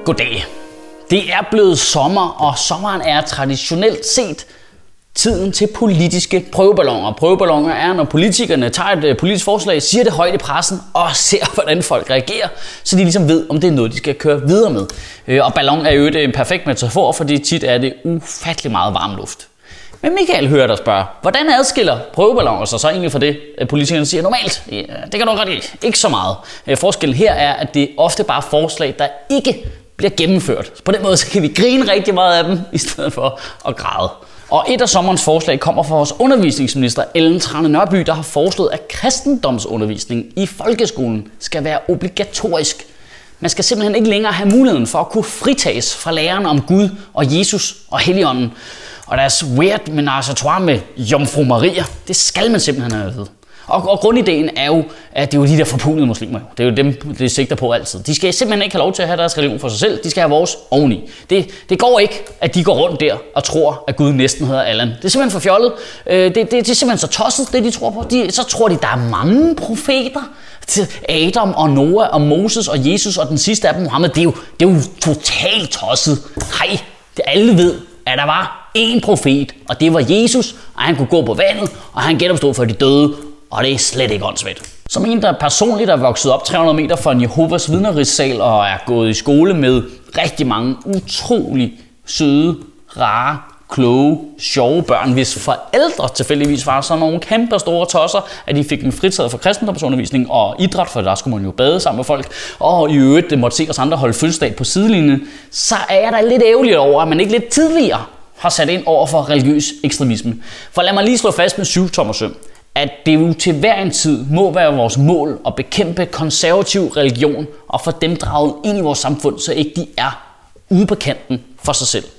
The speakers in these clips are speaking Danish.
Goddag. Det er blevet sommer, og sommeren er traditionelt set tiden til politiske prøveballoner. Prøveballoner er, når politikerne tager et politisk forslag, siger det højt i pressen og ser, hvordan folk reagerer, så de ligesom ved, om det er noget, de skal køre videre med. Og ballon er jo en perfekt metafor, fordi tit er det ufattelig meget varm luft. Men Michael hører dig spørge, hvordan adskiller prøveballoner sig så egentlig fra det, politikerne siger normalt? Ja, det kan du ret i. Ikke så meget. Forskellen her er, at det ofte bare er forslag, der ikke bliver gennemført. Så på den måde så kan vi grine rigtig meget af dem, i stedet for at græde. Og et af sommerens forslag kommer fra vores undervisningsminister Ellen Trane Nørby, der har foreslået, at kristendomsundervisning i folkeskolen skal være obligatorisk. Man skal simpelthen ikke længere have muligheden for at kunne fritages fra lærerne om Gud og Jesus og Helligånden. Og deres weird menage à trois med Jomfru Maria, det skal man simpelthen have ved. Og grundideen er jo, at det er jo de der forpulede muslimer. Det er jo dem, det sigter på altid. De skal simpelthen ikke have lov til at have deres religion for sig selv. De skal have vores oveni. Det går ikke, at de går rundt der og tror, at Gud næsten hedder Allan. Det er simpelthen for fjollet. Det er simpelthen så tosset, det de tror på. Så tror de, der er mange profeter. Adam og Noah og Moses og Jesus og den sidste af dem, Muhammed. Det er jo totalt tosset. Nej, alle ved, at der var én profet, og det var Jesus, og han kunne gå på vandet, og han genopstod for de døde. Og det er slet ikke åndssvagt. Som en, der personligt er vokset op 300 meter fra en Jehovas vidnerigssal og er gået i skole med rigtig mange utrolig søde, rare, kloge, sjove børn, hvis forældre tilfældigvis var sådan nogle kæmpe store tosser, at de fik en fritaget for kristendomsundervisning og idræt, for der skulle man jo bade sammen med folk, og i øvrigt det måtte se os andre holde fødselsdag på sidelinjen, så er jeg da lidt ærgerlig over, at man ikke lidt tidligere har sat ind over for religiøs ekstremisme. For lad mig lige slå fast med 7-tommersøm, at det jo til hver en tid må være vores mål at bekæmpe konservativ religion og få dem draget ind i vores samfund, så ikke de er ude på kanten for sig selv.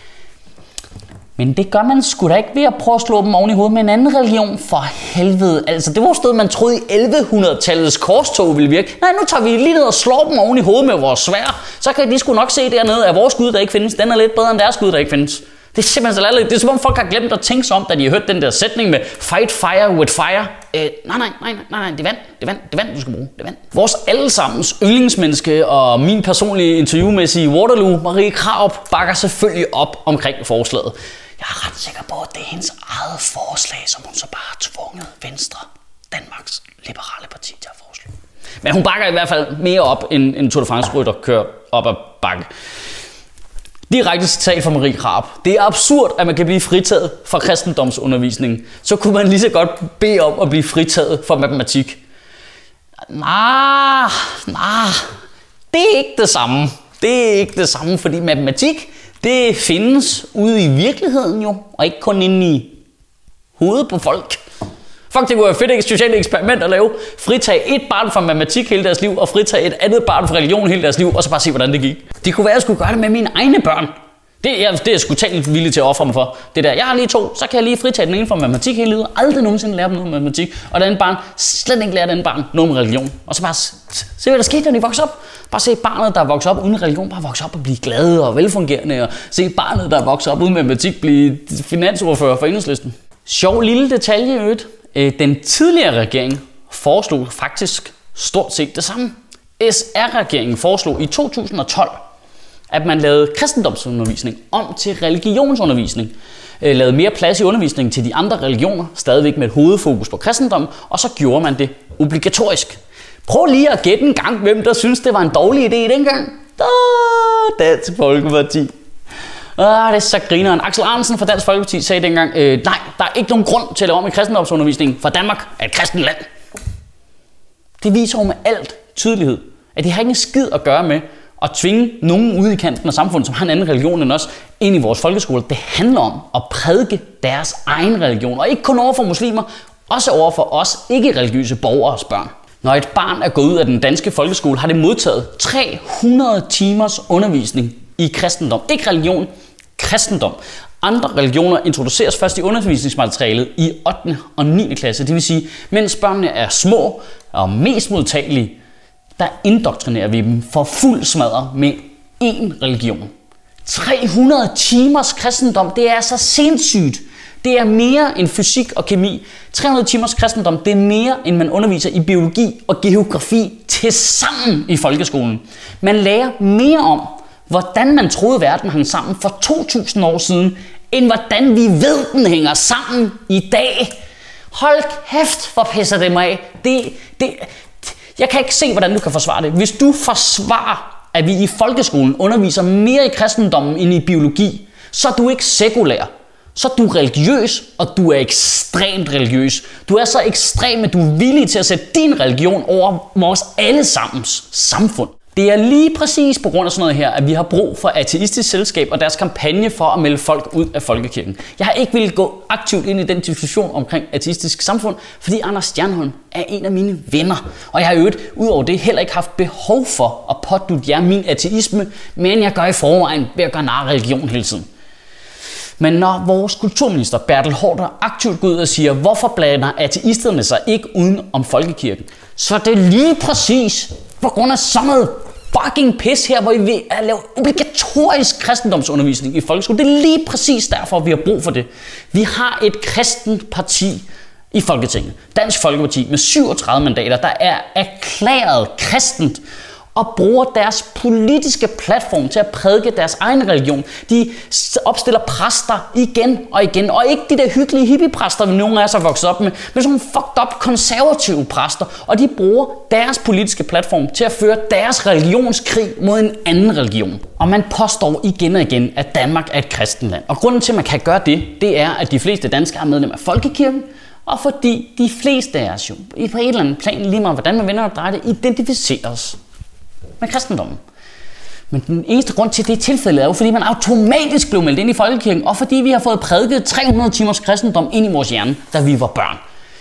Men det gør man sgu da ikke ved at prøve at slå dem oven i hovedet med en anden religion, for helvede. Altså, det var sted, man troede i 1100-tallets korstog ville virke. Nej, nu tager vi lige ned og slår dem oven i hovedet med vores sværd. Så kan de sgu nok se dernede, at vores Gud, der ikke findes, den er lidt bedre end deres Gud, der ikke findes. Det er simpelthen så latterligt. Det er som om folk har glemt at tænke sig om, da de har hørt den der sætning med fight fire with fire. Nej, det er vand, du skal bruge. Det er vand. Vores allesammens yndlingsmenneske og min personlige interviewmæssige Waterloo, Marie Krarup, bakker selvfølgelig op omkring forslaget. Jeg er ret sikker på, at det er hendes eget forslag, som hun så bare har tvunget Venstre, Danmarks Liberale Parti, til at foreslå. Men hun bakker i hvert fald mere op, end Tour de France-rytter kører op ad bakke. Direkte citat fra Marie Krarup. Det er absurd, at man kan blive fritaget fra kristendomsundervisning. Så kunne man lige så godt bede om at blive fritaget fra matematik. Nej, det er ikke det samme. Det er ikke det samme, fordi matematik, det findes ude i virkeligheden jo, og ikke kun inde i hovedet på folk. Fuck, det kunne være fedt et socialt eksperiment at lave. Fritage et barn fra matematik hele deres liv, og fritage et andet barn fra religion hele deres liv, og så bare se, hvordan det gik. Det kunne være, at jeg skulle gøre det med mine egne børn. Det er jeg sgu talt villig til at ofre mig for. Det der, jeg har lige 2, så kan jeg lige fritage den ene fra matematik hele livet, aldrig nogensinde lære dem noget matematik, og den anden barn slet ikke lære den barn noget om religion. Og så bare se, hvad der skete, når de vokser op. Bare se barnet, der er vokset op uden religion, bare vokse op og blive glade og velfungerende, og se barnet, der er vokset op uden matematik, blive finansordfører for Enhedslisten. Sjov lille detalje i øvrigt. Den tidligere regering foreslog faktisk stort set det samme. SR-regeringen foreslog i 2012, at man lavede kristendomsundervisning om til religionsundervisning. Lavede mere plads i undervisningen til de andre religioner, stadigvæk med et hovedfokus på kristendom, og så gjorde man det obligatorisk. Prøv lige at gætte en gang, hvem der synes, det var en dårlig idé dengang. Dansk Folkeparti. Det er så grineren. Axel Arnesen fra Dansk Folkeparti sagde dengang, nej, der er ikke nogen grund til at lave om i kristendomsundervisningen, for Danmark er et kristent land. Det viser jo med alt tydelighed, at det har ikke en skid at gøre med at tvinge nogen ude i kanten af samfundet, som har en anden religion end os, ind i vores folkeskole. Det handler om at prædike deres egen religion, og ikke kun over for muslimer, også over for os ikke-religiøse borgeres børn. Når et barn er gået ud af den danske folkeskole, har det modtaget 300 timers undervisning i kristendom. Ikke religion, kristendom. Andre religioner introduceres først i undervisningsmaterialet i 8. og 9. klasse. Det vil sige, mens børnene er små og mest modtagelige, der indoktrinerer vi dem for fuld smadre med én religion. 300 timers kristendom, det er så sindssygt. Det er mere end fysik og kemi. 300 timers kristendom, det er mere end man underviser i biologi og geografi til sammen i folkeskolen. Man lærer mere om, hvordan man troede verden hang sammen for 2000 år siden, end hvordan vi ved, den hænger sammen i dag. Hold kæft, hvor pisser det mig af. Jeg kan ikke se, hvordan du kan forsvare det. Hvis du forsvarer, at vi i folkeskolen underviser mere i kristendommen end i biologi, så er du ikke sekulær. Så er du religiøs, og du er ekstremt religiøs. Du er så ekstrem, at du er villig til at sætte din religion over vores allesammens samfund. Det er lige præcis på grund af sådan noget her, at vi har brug for Ateistisk Selskab og deres kampagne for at melde folk ud af folkekirken. Jeg har ikke ville gå aktivt ind i den diskussion omkring ateistisk samfund, fordi Anders Stjernholm er en af mine venner. Og jeg har jo udover det heller ikke haft behov for at pådutte jer min ateisme, men jeg gør i forvejen ved at gøre nar religion hele tiden. Men når vores kulturminister Bertel Haarder aktivt går ud og siger, hvorfor blander ateisterne sig ikke uden om folkekirken, så er det lige præcis på grund af sådan noget fucking pis her, hvor I vil lave obligatorisk kristendomsundervisning i folkeskolen. Det er lige præcis derfor, vi har brug for det. Vi har et kristent parti i Folketinget, Dansk Folkeparti, med 37 mandater, der er erklæret kristent og bruger deres politiske platform til at prædike deres egen religion. De opstiller præster igen og igen, og ikke de der hyggelige hippiepræster, vi nogle af os har vokset op med, men sådan nogle fucked up konservative præster, og de bruger deres politiske platform til at føre deres religionskrig mod en anden religion. Og man påstår igen og igen, at Danmark er et kristent land. Og grunden til, at man kan gøre det, det er, at de fleste danskere er medlem af folkekirken, og fordi de fleste af os jo på et eller andet plan, lige meget hvordan man vender og drejer det, identificerer os med kristendommen. Men den eneste grund til, det tilfælde er jo, fordi man automatisk blev meldt ind i folkekirken, og fordi vi har fået prædiket 300 timers kristendom ind i vores hjerne, da vi var børn.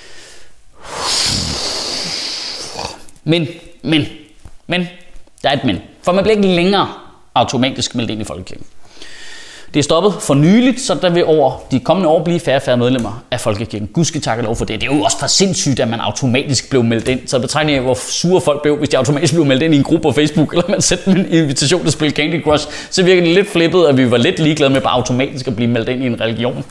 Men, der er et men. For man bliver ikke længere automatisk meldt ind i folkekirken. Det er stoppet for nyligt, så der vil over de kommende år blive færre medlemmer af folkekirken. Gud skal takke lov for det. Det er jo også for sindssygt, at man automatisk blev meldt ind. Så betragtning af, hvor sure folk blev, hvis de automatisk blev meldt ind i en gruppe på Facebook, eller man sætter en invitation til at spille Candy Crush, så virker det lidt flippet, at vi var lidt ligeglade med bare automatisk at blive meldt ind i en religion.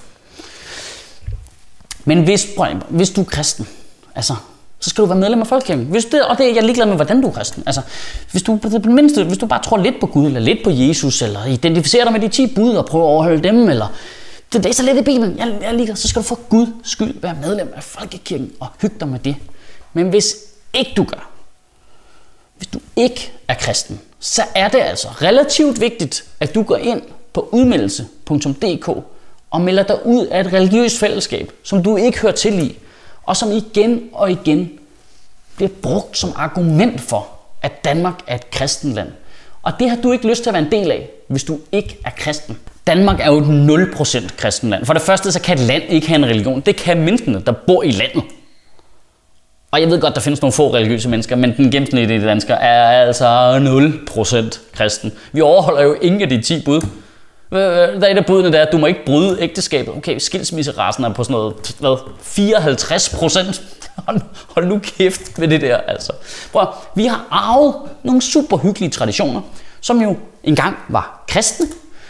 Men hvis du er kristen, så skal du være medlem af folkekirken. Og det er jeg ligeglad med, hvordan du er kristen. Hvis du bare tror lidt på Gud, eller lidt på Jesus, eller identificerer dig med de 10 bud og prøver at overholde dem, eller det er så lidt i Bibelen, jeg er ligeglad, så skal du for Guds skyld være medlem af folkekirken og hygge dig med det. Men hvis ikke du gør, hvis du ikke er kristen, så er det altså relativt vigtigt, at du går ind på udmeldelse.dk og melder dig ud af et religiøst fællesskab, som du ikke hører til i, og som igen og igen bliver brugt som argument for, at Danmark er et kristent land. Og det har du ikke lyst til at være en del af, hvis du ikke er kristen. Danmark er jo et 0% kristen land. For det første, så kan et land ikke have en religion. Det kan menneskene, der bor i landet. Og jeg ved godt, der findes nogle få religiøse mennesker, men den gennemsnitlige dansker er altså 0% kristen. Vi overholder jo ingen af de 10 bud. Der er et af budene, der er, at du må ikke bryde ægteskabet. Okay, skilsmisserasen er på sådan noget, 54%. Hold nu kæft med det der, altså. Prøv, vi har arvet nogle super hyggelige traditioner, som jo engang var kristne,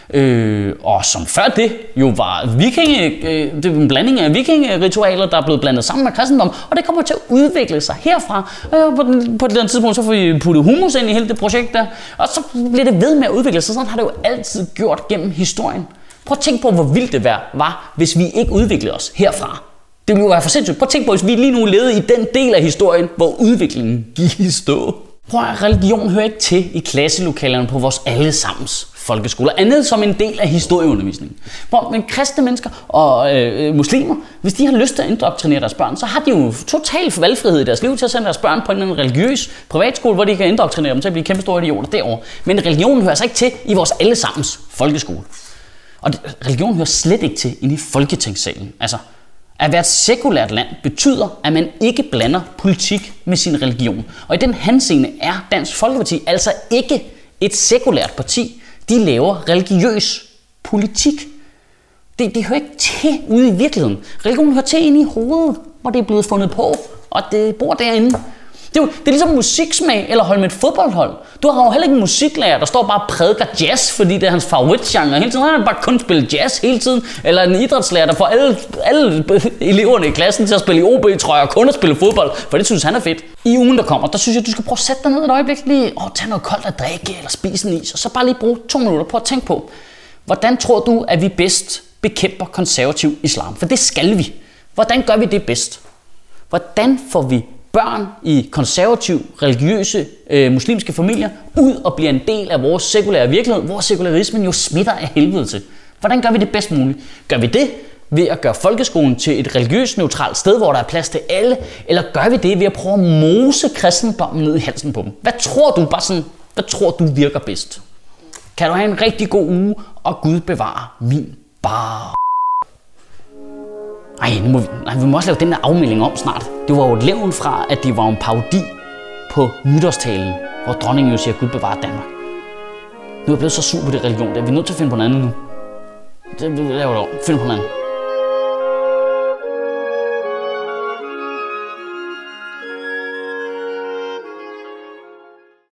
og som før det jo var det var en blanding af vikingeritualer, der er blevet blandet sammen med kristendom, og det kommer til at udvikle sig herfra. På et eller andet tidspunkt, så får vi puttet hummus ind i hele det projekt der, og så bliver det ved med at udvikle sig. Sådan har det jo altid gjort gennem historien. Prøv at tænke på, hvor vildt det var, hvis vi ikke udviklede os herfra. Det ville jo være for sindssygt. Prøv at tænke på, hvis vi lige nu levede i den del af historien, hvor udviklingen gik i stå. Prøv at religion hører ikke til i klasselokalerne på vores allesammens folkeskoler, andet som en del af historieundervisningen. Men kristne mennesker og muslimer, hvis de har lyst til at indoktrinere deres børn, så har de jo total valgfrihed i deres liv til at sende deres børn på en religiøs privatskole, hvor de kan indoktrinere dem til at blive kæmpe store idioter derovre. Men religionen hører altså ikke til i vores allesammens folkeskole. Og religionen hører slet ikke til inde i Folketingssalen. At være et sekulært land betyder, at man ikke blander politik med sin religion. Og i den henseende er Dansk Folkeparti altså ikke et sekulært parti. De laver religiøs politik. Det hører ikke til ude i virkeligheden. Religionen hører til inde i hovedet, hvor det er blevet fundet på, og det bor derinde. Det er ligesom musiksmag eller holde med et fodboldhold. Du har jo heller ikke en musiklærer, der står bare og prædiker jazz, fordi det er hans favoritgenre hele tiden. Han har bare kun spillet jazz hele tiden. Eller en idrætslærer, der får alle eleverne i klassen til at spille i OB-trøjer og kun at spille fodbold, for det synes han er fedt. I ugen, der kommer, der synes jeg, du skal prøve at sætte dig ned et øjeblik. Lige tage noget koldt at drikke eller spise en is, og så bare lige bruge 2 minutter på at tænke på, hvordan tror du, at vi bedst bekæmper konservativ islam? For det skal vi. Hvordan gør vi det bedst? Hvordan får vi børn i konservativ, religiøse, muslimske familier ud og bliver en del af vores sekulære virkelighed, hvor sekularismen jo smitter af helvede til? Hvordan gør vi det bedst muligt? Gør vi det ved at gøre folkeskolen til et religiøst neutralt sted, hvor der er plads til alle? Eller gør vi det ved at prøve at mose kristendommen ned i halsen på dem? Hvad tror du virker bedst? Kan du have en rigtig god uge, og Gud bevare min bar. Vi må også lave den der afmelding om snart. Det var jo et levn fra, at det var en parodi på nytårstalen, hvor dronningen jo siger, Gud bevare Danmark. Nu er jeg blevet så sur på det religion, at vi er nødt til at finde på noget andet nu. Det laver du. Find på noget andet.